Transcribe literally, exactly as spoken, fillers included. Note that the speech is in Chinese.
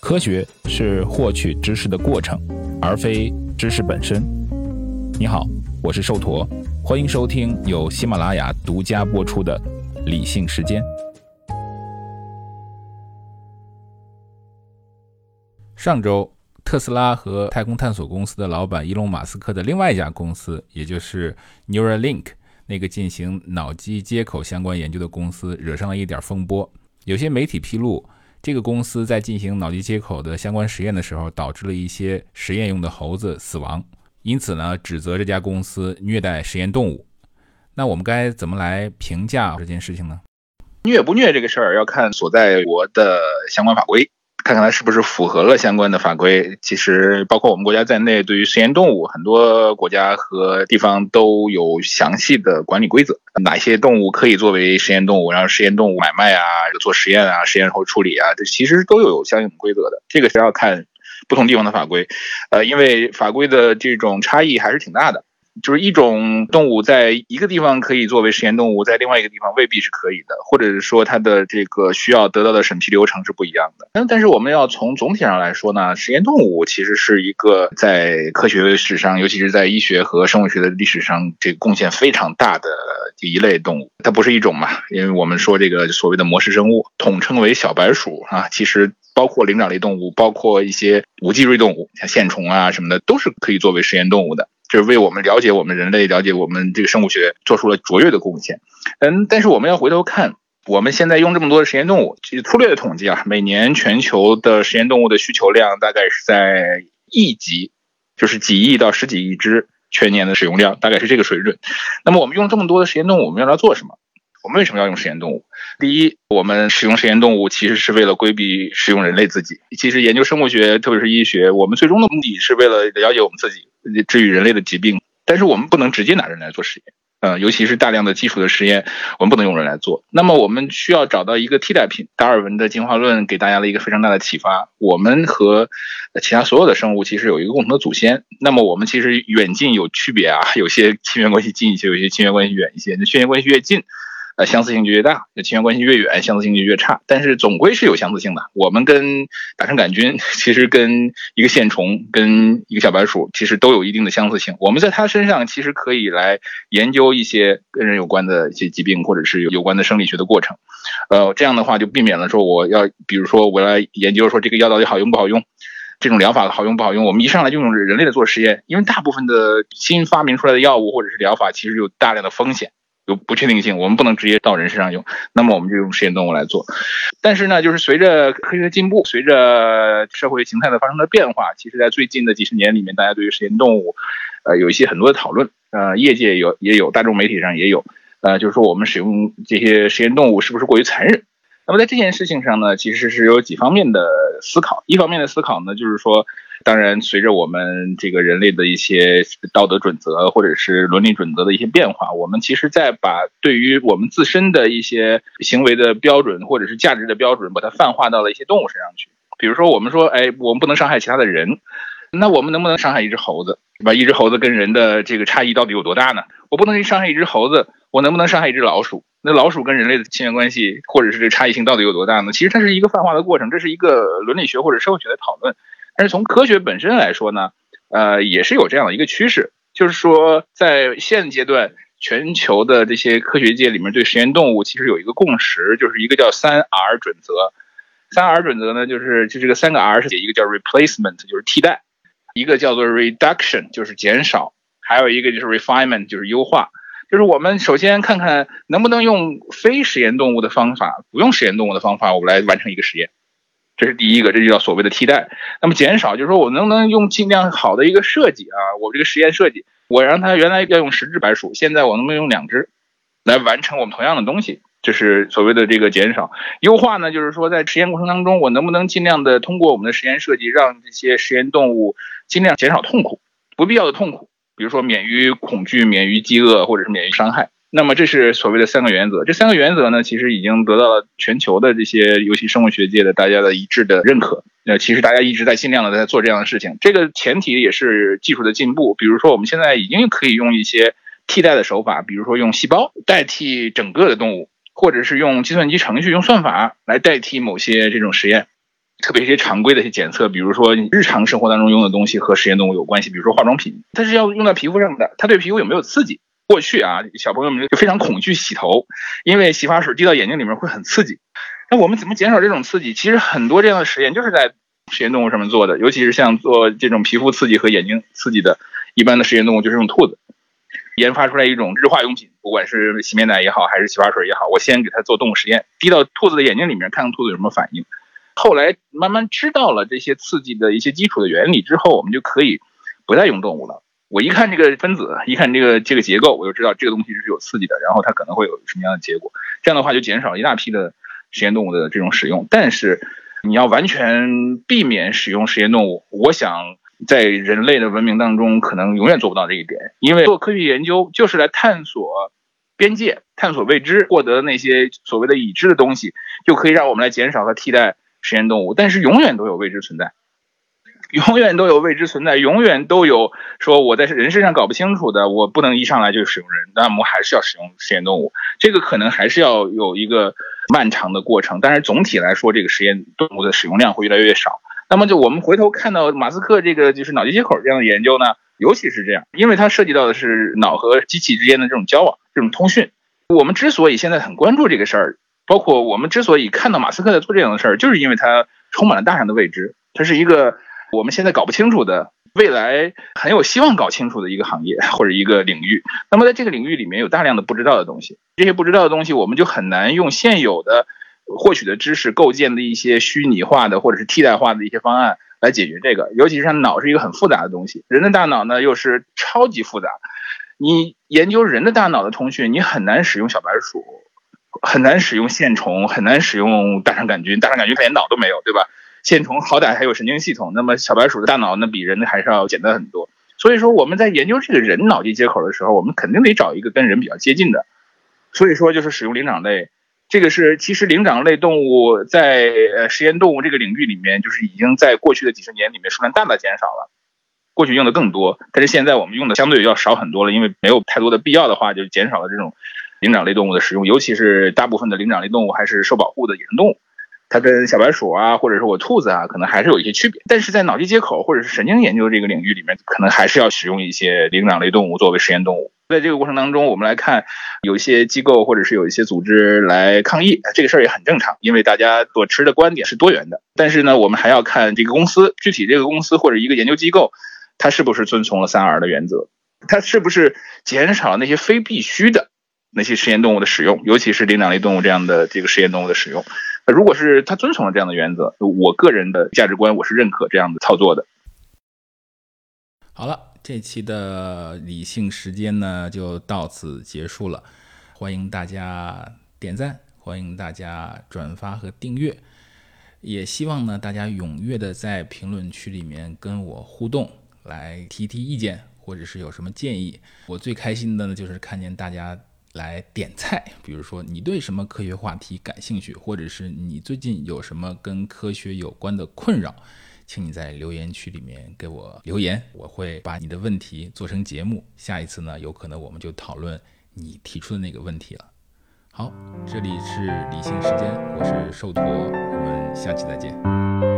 科学是获取知识的过程，而非知识本身。你好，我是寿驼，欢迎收听由喜马拉雅独家播出的理性时间。上周，特斯拉和太空探索公司的老板伊隆马斯克的另外一家公司，也就是 Neuralink 那个进行脑机接口相关研究的公司惹上了一点风波。有些媒体披露，这个公司在进行脑机接口的相关实验的时候，导致了一些实验用的猴子死亡，因此呢，指责这家公司虐待实验动物。那我们该怎么来评价这件事情呢？ 虐不虐这个事儿要看所在国的相关法规，看看它是不是符合了相关的法规。其实包括我们国家在内，对于实验动物，很多国家和地方都有详细的管理规则，哪些动物可以作为实验动物，然后实验动物买卖啊，做实验啊，实验后处理啊，这其实都有相应的规则的。这个是要看不同地方的法规，呃，因为法规的这种差异还是挺大的。就是一种动物在一个地方可以作为实验动物，在另外一个地方未必是可以的，或者是说它的这个需要得到的审批流程是不一样的。但是我们要从总体上来说呢，实验动物其实是一个在科学史上，尤其是在医学和生物学的历史上，这个贡献非常大的一类动物。它不是一种嘛，因为我们说这个所谓的模式生物，统称为小白鼠啊，其实包括灵长类动物，包括一些无脊椎动物，像线虫啊什么的，都是可以作为实验动物的。这是为我们了解我们人类、了解我们这个生物学做出了卓越的贡献。嗯，但是我们要回头看，我们现在用这么多的实验动物，其实粗略的统计啊，每年全球的实验动物的需求量大概是在亿级，就是几亿到十几亿只全年的使用量，大概是这个水准。那么我们用这么多的实验动物，我们要来做什么？我们为什么要用实验动物？第一，我们使用实验动物其实是为了规避使用人类自己。其实研究生物学，特别是医学，我们最终的目的是为了了解我们自己，治愈人类的疾病。但是我们不能直接拿人来做实验，呃，尤其是大量的基础的实验，我们不能用人来做。那么我们需要找到一个替代品。达尔文的进化论给大家了一个非常大的启发。我们和其他所有的生物其实有一个共同的祖先。那么我们其实远近有区别啊，有些亲缘关系近一些，有些亲缘关系远一些。那亲缘关系越近，呃，相似性就越大，亲缘关系越远，相似性就越差，但是总归是有相似性的。我们跟大肠杆菌，其实跟一个线虫，跟一个小白鼠，其实都有一定的相似性。我们在它身上其实可以来研究一些跟人有关的一些疾病，或者是有关的生理学的过程。呃，这样的话就避免了说我要，比如说我来研究说这个药到底好用不好用，这种疗法好用不好用，我们一上来就用人类的做实验，因为大部分的新发明出来的药物或者是疗法其实有大量的风险，有不确定性，我们不能直接到人身上用，那么我们就用实验动物来做。但是呢，就是随着科学进步，随着社会形态的发生的变化，其实在最近的几十年里面，大家对于实验动物呃有一些很多的讨论，呃业界有也有，大众媒体上也有，呃就是说我们使用这些实验动物是不是过于残忍。那么在这件事情上呢，其实是有几方面的思考。一方面的思考呢，就是说当然随着我们这个人类的一些道德准则或者是伦理准则的一些变化，我们其实在把对于我们自身的一些行为的标准或者是价值的标准把它泛化到了一些动物身上去。比如说我们说，哎，我们不能伤害其他的人，那我们能不能伤害一只猴子，对吧？一只猴子跟人的这个差异到底有多大呢？我不能伤害一只猴子，我能不能伤害一只老鼠？那老鼠跟人类的亲缘关系或者是这差异性到底有多大呢？其实它是一个泛化的过程，这是一个伦理学或者社会学的讨论。但是从科学本身来说呢，呃，也是有这样的一个趋势，就是说在现阶段全球的这些科学界里面对实验动物其实有一个共识，就是一个叫三 R 准则。三 R 准则呢，就是就这个三个 R 是写一个叫 replacement， 就是替代，一个叫做 reduction， 就是减少，还有一个就是 refinement， 就是优化。就是我们首先看看能不能用非实验动物的方法，不用实验动物的方法，我们来完成一个实验。这是第一个，这就叫所谓的替代。那么减少就是说我能不能用尽量好的一个设计啊，我这个实验设计，我让它原来要用十只白鼠，现在我能不能用两只来完成我们同样的东西，这是所谓的这个减少。优化呢，就是说在实验过程当中，我能不能尽量的通过我们的实验设计，让这些实验动物尽量减少痛苦，不必要的痛苦，比如说免于恐惧，免于饥饿，或者是免于伤害。那么这是所谓的三个原则。这三个原则呢，其实已经得到了全球的这些尤其生物学界的大家的一致的认可。呃，其实大家一直在尽量的在做这样的事情。这个前提也是技术的进步。比如说我们现在已经可以用一些替代的手法，比如说用细胞代替整个的动物，或者是用计算机程序、用算法来代替某些这种实验。 特别一些常规的一些检测，比如说日常生活当中用的东西和实验动物有关系，比如说化妆品，它是要用到皮肤上的，它对皮肤有没有刺激？过去啊，小朋友们就非常恐惧洗头，因为洗发水滴到眼睛里面会很刺激。那我们怎么减少这种刺激？其实很多这样的实验就是在实验动物上面做的，尤其是像做这种皮肤刺激和眼睛刺激的，一般的实验动物就是用兔子研发出来一种日化用品，不管是洗面奶也好，还是洗发水也好，我先给它做动物实验，滴到兔子的眼睛里面，看看兔子有什么反应。后来慢慢知道了这些刺激的一些基础的原理之后，我们就可以不再用动物了。我一看这个分子，一看这个这个结构，我就知道这个东西是有刺激的，然后它可能会有什么样的结果。这样的话就减少了一大批的实验动物的这种使用。但是你要完全避免使用实验动物，我想在人类的文明当中可能永远做不到这一点，因为做科学研究就是来探索边界，探索未知，获得那些所谓的已知的东西，就可以让我们来减少和替代实验动物。但是永远都有未知存在，永远都有未知存在，永远都有说我在人身上搞不清楚的，我不能一上来就使用人，那么还是要使用实验动物，这个可能还是要有一个漫长的过程。但是总体来说，这个实验动物的使用量会越来越少。那么就我们回头看到马斯克这个就是脑机接口这样的研究呢，尤其是这样，因为它涉及到的是脑和机器之间的这种交往，这种通讯。我们之所以现在很关注这个事儿，包括我们之所以看到马斯克在做这样的事儿，就是因为它充满了大量的未知，它是一个我们现在搞不清楚的，未来很有希望搞清楚的一个行业或者一个领域。那么在这个领域里面有大量的不知道的东西，这些不知道的东西我们就很难用现有的获取的知识构建的一些虚拟化的或者是替代化的一些方案来解决这个。尤其是像脑是一个很复杂的东西，人的大脑呢又是超级复杂，你研究人的大脑的通讯，你很难使用小白鼠，很难使用线虫，很难使用大肠杆菌，大肠杆菌它连脑都没有，对吧？线虫好歹还有神经系统，那么小白鼠的大脑呢比人还是要简单很多。所以说我们在研究这个人脑机接口的时候，我们肯定得找一个跟人比较接近的。所以说就是使用灵长类，这个是其实灵长类动物在呃实验动物这个领域里面，就是已经在过去的几十年里面数量大大减少了。过去用的更多，但是现在我们用的相对要少很多了，因为没有太多的必要的话，就减少了这种灵长类动物的使用，尤其是大部分的灵长类动物还是受保护的野生动物，它跟小白鼠啊，或者是我兔子啊，可能还是有一些区别。但是在脑机接口或者是神经研究这个领域里面，可能还是要使用一些灵长类动物作为实验动物。在这个过程当中，我们来看有一些机构或者是有一些组织来抗议，这个事儿也很正常，因为大家所持的观点是多元的。但是呢，我们还要看这个公司，具体这个公司或者一个研究机构，它是不是遵从了三 R 的原则，它是不是减少了那些非必须的那些实验动物的使用，尤其是灵长类动物这样的这个实验动物的使用。如果是它遵从了这样的原则，我个人的价值观我是认可这样的操作的。 好了，这期的理性时间呢就到此结束了，欢迎大家点赞，欢迎大家转发和订阅，也希望呢大家踊跃的在评论区里面跟我互动，来提提意见或者是有什么建议。我最开心的呢就是看见大家来点菜，比如说你对什么科学话题感兴趣，或者是你最近有什么跟科学有关的困扰，请你在留言区里面给我留言，我会把你的问题做成节目，下一次呢有可能我们就讨论你提出的那个问题了。好，这里是理性时间，我是寿托，我们下期再见。